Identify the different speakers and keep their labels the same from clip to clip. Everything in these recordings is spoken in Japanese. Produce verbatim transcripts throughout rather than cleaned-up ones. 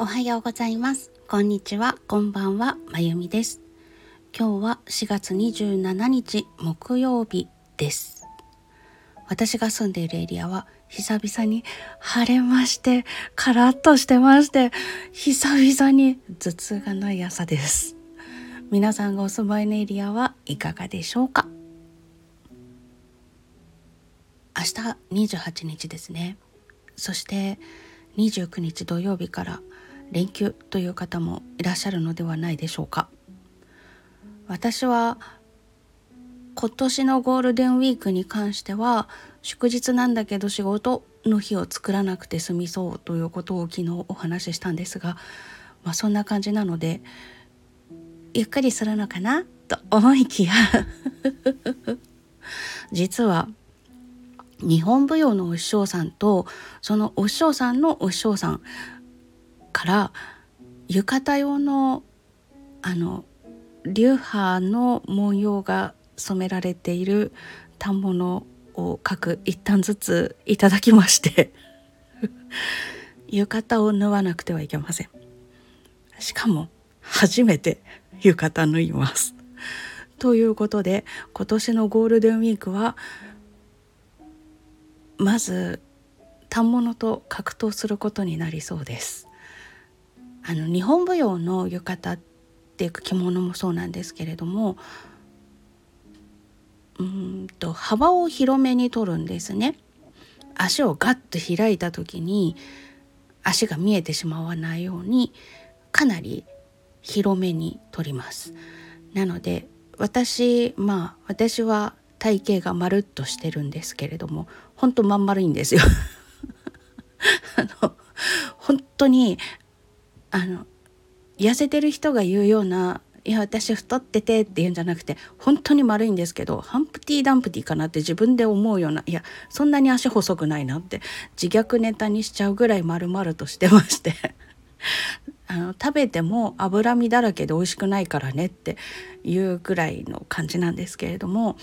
Speaker 1: おはようございます。こんにちは、こんばんは、まゆみです。今日はしがつにじゅうしちにち木曜日です。私が住んでいるエリアは久々に晴れまして、カラッとしてまして、久々に頭痛がない朝です。皆さんがお住まいのエリアはいかがでしょうか。明日にじゅうはちにちですね。そしてにじゅうくにち土曜日から連休という方もいらっしゃるのではないでしょうか。私は今年のゴールデンウィークに関しては祝日なんだけど仕事の日を作らなくて済みそうということを昨日お話ししたんですが、まあ、そんな感じなのでゆっくりするのかなと思いきや実は日本舞踊のお師匠さんとそのお師匠さんのお師匠さんから浴衣用のあの流派の文様が染められている反物を各一旦ずついただきまして浴衣を縫わなくてはいけません。しかも初めて浴衣縫いますということで、今年のゴールデンウィークはまず反物と格闘することになりそうです。あの日本舞踊の浴衣っていうか着物もそうなんですけれども、うーんと幅を広めに取るんですね。足をガッと開いた時に足が見えてしまわないようにかなり広めに取ります。なので私まあ私は体型がまるっとしてるんですけれども、本当まん丸いんですよあの本当にあの痩せてる人が言うようないや私太っててって言うんじゃなくて、本当に丸いんですけどハンプティ・ダンプティかなって自分で思うような、いやそんなに足細くないなって自虐ネタにしちゃうぐらい丸々としてましてあの食べても脂身だらけで美味しくないからねっていうぐらいの感じなんですけれども、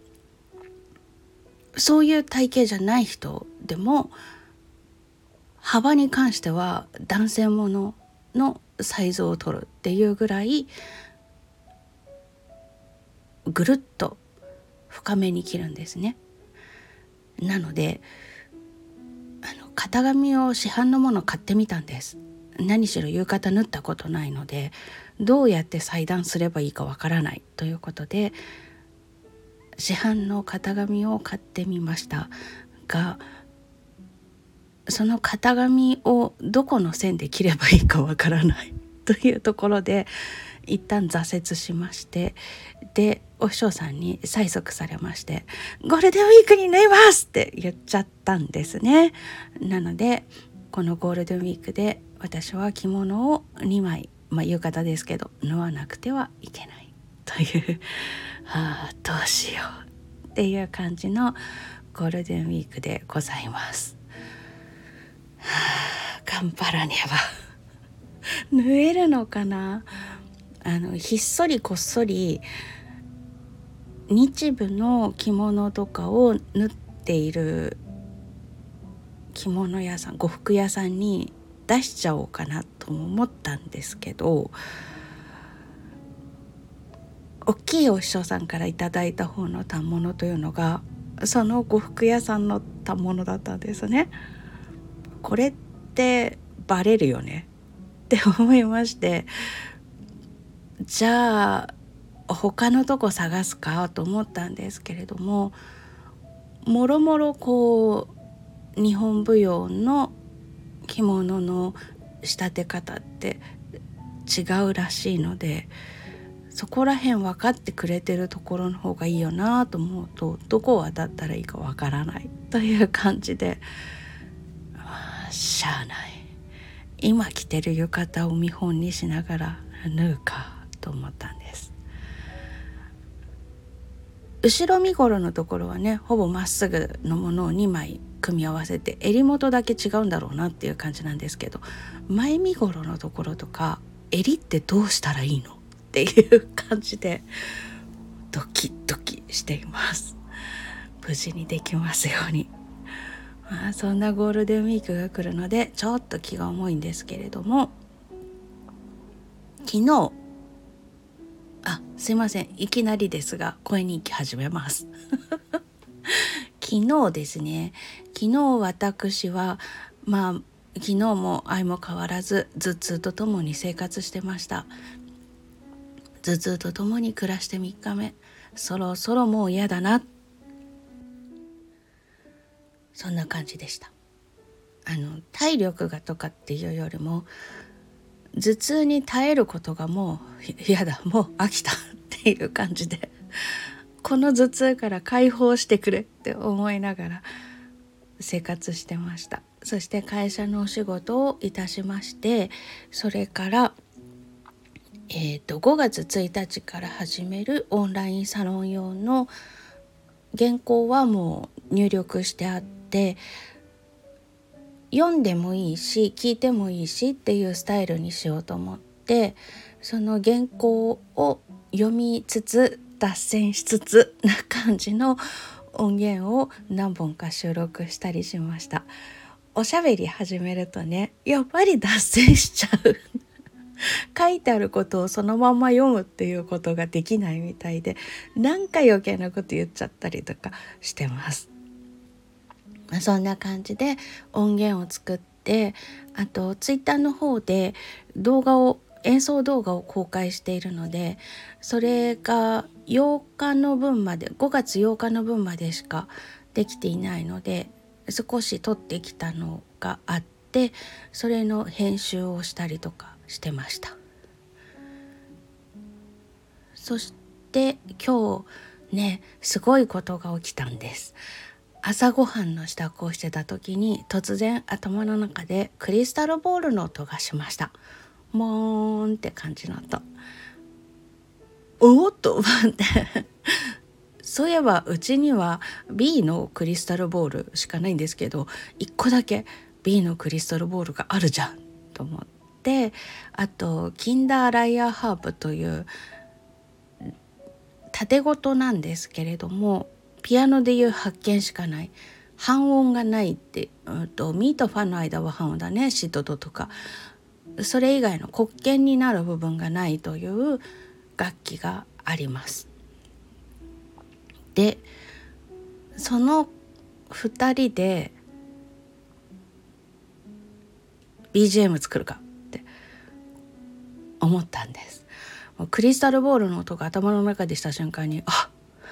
Speaker 1: そういう体型じゃない人でも幅に関しては男性もののサイズを取るっていうぐらいぐるっと深めに切るんですね。なのであの型紙を市販のものを買ってみたんです。何しろ浴衣縫ったことないのでどうやって裁断すればいいかわからないということで市販の型紙を買ってみましたが、その型紙をどこの線で切ればいいかわからないというところで一旦挫折しまして、でお師匠さんに催促されまして、ゴールデンウィークに縫いますって言っちゃったんですね。なのでこのゴールデンウィークで私は着物をにまい、まあ浴衣ですけど縫わなくてはいけないというはあどうしようっていう感じのゴールデンウィークでございます。はあ、頑張らねば縫えるのかな。あのひっそりこっそり日舞の着物とかを縫っている着物屋さん、呉服屋さんに出しちゃおうかなと思ったんですけど、大きいお師匠さんからいただいた方の反物というのがその呉服屋さんの反物だったんですね。これってバレるよねって思いまして、じゃあ他のとこ探すかと思ったんですけれども、もろもろこう日本舞踊の着物の仕立て方って違うらしいので、そこら辺分かってくれてるところの方がいいよなと思うと、どこを当たったらいいか分からないという感じで、まあ、しゃあない、今着てる浴衣を見本にしながら縫うかと思ったんです。後ろ身頃のところはねほぼまっすぐのものをにまい組み合わせて襟元だけ違うんだろうなっていう感じなんですけど、前身頃のところとか襟ってどうしたらいいのっていう感じでドキドキしています。無事にできますように。まあ、そんなゴールデンウィークが来るのでちょっと気が重いんですけれども、 昨日あすいませんいきなりですが声日記始めます昨日ですね昨日私はまあ昨日も相も変わらず頭痛とともに生活してました。頭痛とともに暮らしてみっかめ、そろそろもう嫌だな、そんな感じでした。あの体力がとかっていうよりも頭痛に耐えることがもう嫌だ、もう飽きたっていう感じで、この頭痛から解放してくれって思いながら生活してました。そして会社のお仕事をいたしまして、それからえーと、ごがつついたちから始めるオンラインサロン用の原稿はもう入力してあって、読んでもいいし聞いてもいいしっていうスタイルにしようと思って、その原稿を読みつつ脱線しつつな感じの音源を何本か収録したりしました。おしゃべり始めるとね、やっぱり脱線しちゃう書いてあることをそのまま読むっていうことができないみたいで、なんか余計なこと言っちゃったりとかしてます。まあ、そんな感じで音源を作って、あとツイッターの方で動画を演奏動画を公開しているので、それがようかの分までごがつようかの分までしかできていないので、少し撮ってきたのがあって、それの編集をしたりとかしてました。そして今日ね、すごいことが起きたんです。朝ごはんの支度をしてた時に突然頭の中でクリスタルボールの音がしました。モーンって感じの音。おおっと思ってそういえばうちには B のクリスタルボールしかないんですけど、いっこだけ B のクリスタルボールがあるじゃんと思って、あとキンダーライアーハープという縦ごとなんですけれども、ピアノでいうはちけんしかない半音がないって、うんと、ミとファの間は半音だね、シとドとか、それ以外の黒鍵になる部分がないという楽器があります。でそのふたりで ビージーエム 作るかって思ったんです。クリスタルボールの音が頭の中でした瞬間に、あ、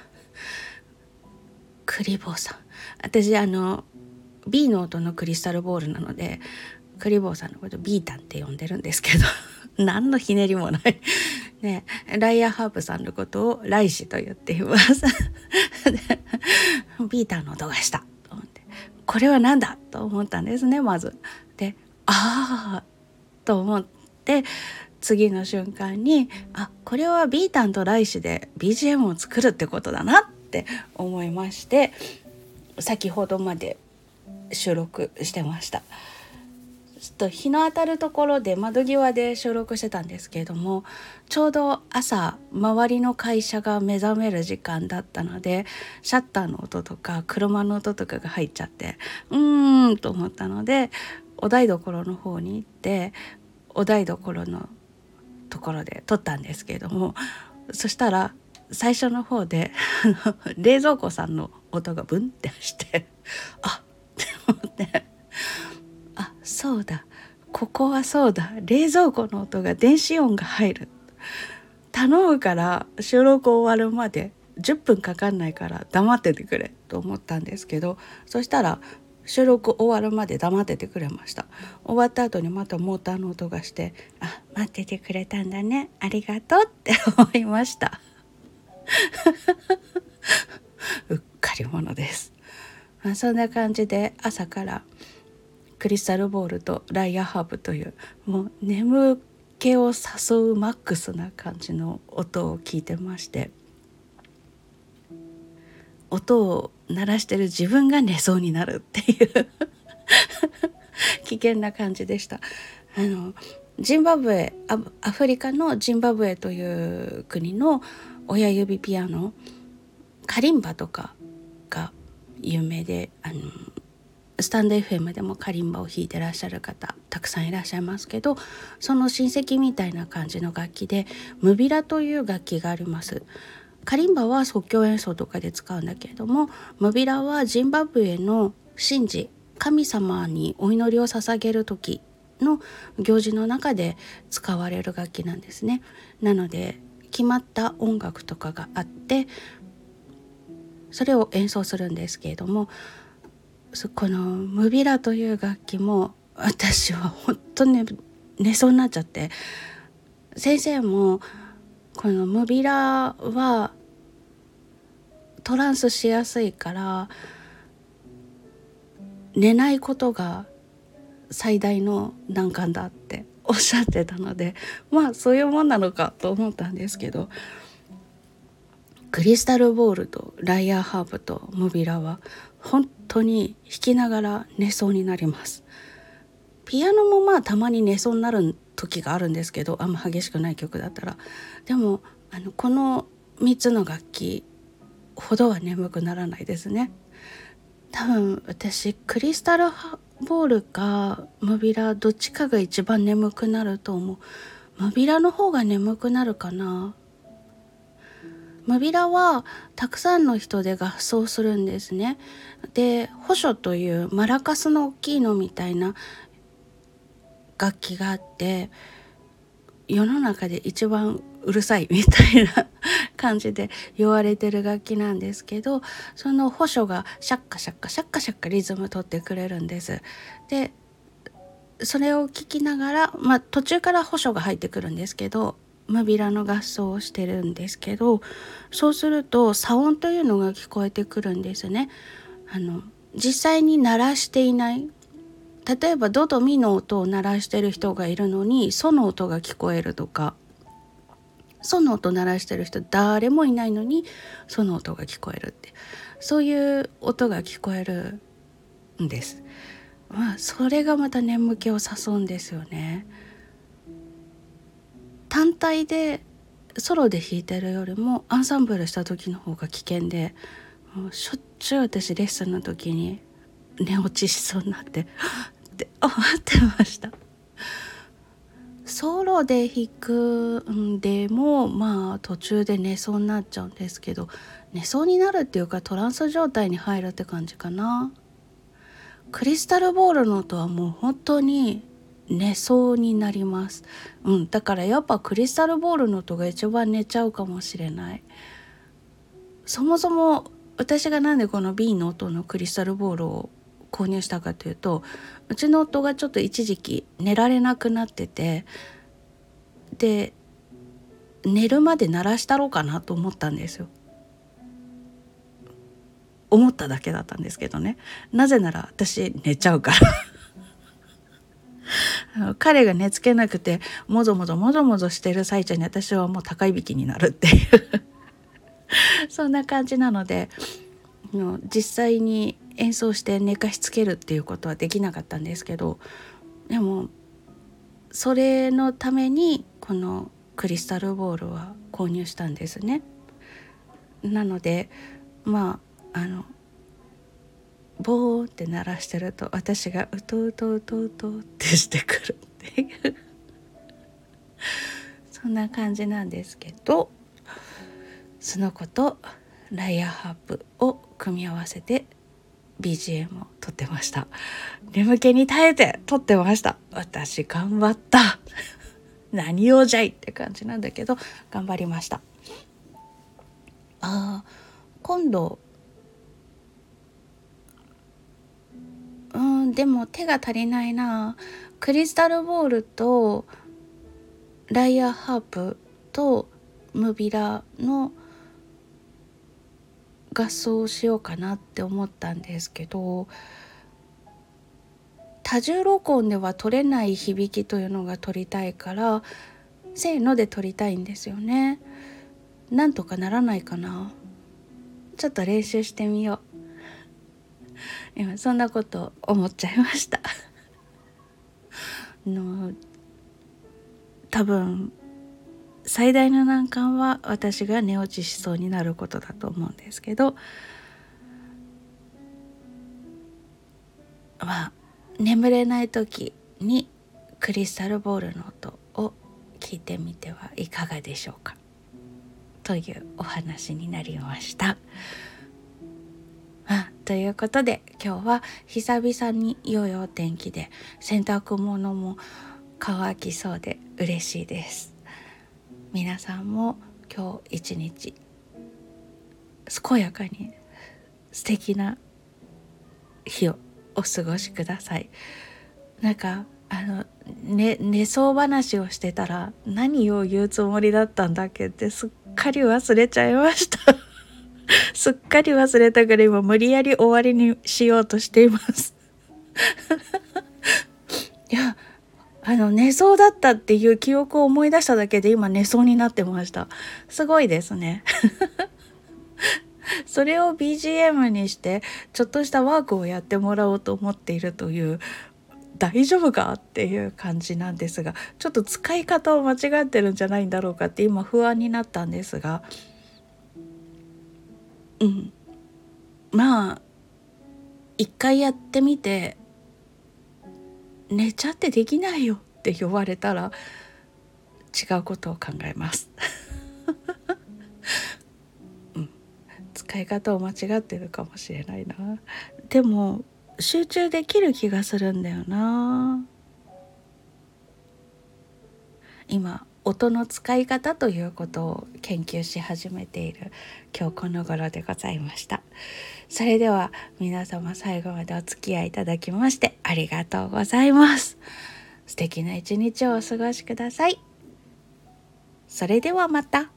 Speaker 1: クリボーさん、私あの B の音のクリスタルボールなのでクリボーさんのこと B タンって呼んでるんですけど何のひねりもないね、ライアーハープさんのことをライシと言っていますビータンの音がしたと思って、これは何だと思ったんですね。まずで、ああと思って、次の瞬間に、あ、これはビータンとライシで ビージーエム を作るってことだなって思いまして、先ほどまで収録してました。ちょっと日の当たるところで窓際で収録してたんですけれども、ちょうど朝周りの会社が目覚める時間だったので、シャッターの音とか車の音とかが入っちゃって、うーんと思ったので、お台所の方に行ってお台所のところで撮ったんですけれども、そしたら最初の方で冷蔵庫さんの音がブンってしてあって思って、あ、そうだ、ここはそうだ、冷蔵庫の音が電子音が入る、頼むから収録終わるまでじゅっぷんかかんないから黙っててくれと思ったんですけど、そしたら収録終わるまで黙っててくれました。終わった後にまたモーターの音がして、あ、待っててくれたんだね、ありがとうって思いましたうっかり者です。まあ、そんな感じで朝からクリスタルボールとライアーハープというもう眠気を誘うマックスな感じの音を聞いてまして、音を鳴らしてる自分が寝そうになるっていう危険な感じでした。あのジンバブエ、アフリカのジンバブエという国の親指ピアノ、カリンバとかが有名で、あのスタンド エフエム でもカリンバを弾いてらっしゃる方たくさんいらっしゃいますけど、その親戚みたいな感じの楽器でムビラという楽器があります。カリンバは即興演奏とかで使うんだけれども、ムビラはジンバブエの神事、神様にお祈りを捧げる時の行事の中で使われる楽器なんですね。なので決まった音楽とかがあって、それを演奏するんですけれども、このムビラという楽器も私は本当に寝そうになっちゃって、先生もこのムビラはトランスしやすいから寝ないことが最大の難関だっておっしゃってたので、まあそういうもんなのかと思ったんですけど、クリスタルボールとライアーハープとムビラは本当に弾きながら寝そうになります。ピアノもまあたまに寝そうになる時があるんですけど、あんま激しくない曲だったら。でもあのこのみっつの楽器ほどは眠くならないですね。多分私クリスタルボールかムビラどっちかが一番眠くなると思う。ムビラの方が眠くなるかな。ムビラはたくさんの人で合奏するんですね。で、ホショというマラカスの大きいのみたいな楽器があって、世の中で一番うるさいみたいな感じで言われてる楽器なんですけど、そのホショがシャッカシャッカシャッカシャッカリズム取ってくれるんです。で、それを聞きながら、まあ途中からホショが入ってくるんですけど、ムビラの合奏をしてるんですけど、そうすると差音というのが聞こえてくるんですね。あの実際に鳴らしていない、例えばドとミの音を鳴らしてる人がいるのにソの音が聞こえるとか、ソの音鳴らしてる人誰もいないのにソの音が聞こえるって、そういう音が聞こえるんです。まあそれがまた眠気を誘うんですよね。単体でソロで弾いてるよりもアンサンブルした時の方が危険で、もうしょっちゅう私レッスンの時に寝落ちしそうになってって思ってました。ソロで弾くんでもまあ途中で寝そうになっちゃうんですけど、寝そうになるっていうかトランス状態に入るって感じかな。クリスタルボールの音はもう本当に寝そうになります。うん、だからやっぱクリスタルボールの音が一番寝ちゃうかもしれない。そもそも私がなんでこの B の音のクリスタルボールを購入したかというと、うちの夫がちょっと一時期寝られなくなってて、で寝るまで鳴らしたろうかなと思ったんですよ。思っただけだったんですけどね。なぜなら私寝ちゃうから彼が寝つけなくてもぞもぞもぞもぞしてる最中に私はもう高いびきになるっていうそんな感じなので、実際に演奏して寝かしつけるっていうことはできなかったんですけど、でもそれのためにこのクリスタルボールは購入したんですね。なのでまああのボーって鳴らしてると私がうとうとうとうとってしてくるっていうそんな感じなんですけど、その子とライアーハープを組み合わせて ビージーエム を撮ってました。眠気に耐えて撮ってました。私頑張った何をじゃいって感じなんだけど頑張りました。あ、今度うんでも手が足りないな。クリスタルボールとライアーハープとムビラの合奏をしようかなって思ったんですけど、多重録音では取れない響きというのが取りたいからせーので取りたいんですよね。なんとかならないかな。ちょっと練習してみよう。今そんなこと思っちゃいましたの多分最大の難関は私が寝落ちしそうになることだと思うんですけど、 まあ眠れない時にクリスタルボールの音を聞いてみてはいかがでしょうかというお話になりました。あということで今日は久々に良いお天気で洗濯物も乾きそうで嬉しいです。皆さんも今日一日健やかに素敵な日をお過ごしください。なんかあの、ね、寝そう話をしてたら何を言うつもりだったんだっけってすっかり忘れちゃいましたすっかり忘れたから今無理やり終わりにしようとしていますいやあの寝そうだったっていう記憶を思い出しただけで今寝そうになってました。すごいですねそれを ビージーエム にしてちょっとしたワークをやってもらおうと思っているという大丈夫かっていう感じなんですが、ちょっと使い方を間違ってるんじゃないんだろうかって今不安になったんですが、うんまあ一回やってみて寝ちゃってできないよって言われたら違うことを考えます、うん、使い方を間違ってるかもしれないな。でも集中できる気がするんだよな。今音の使い方ということを研究し始めている今日この頃でございました。それでは皆様最後までお付き合いいただきましてありがとうございます。素敵な一日をお過ごしください。それではまた。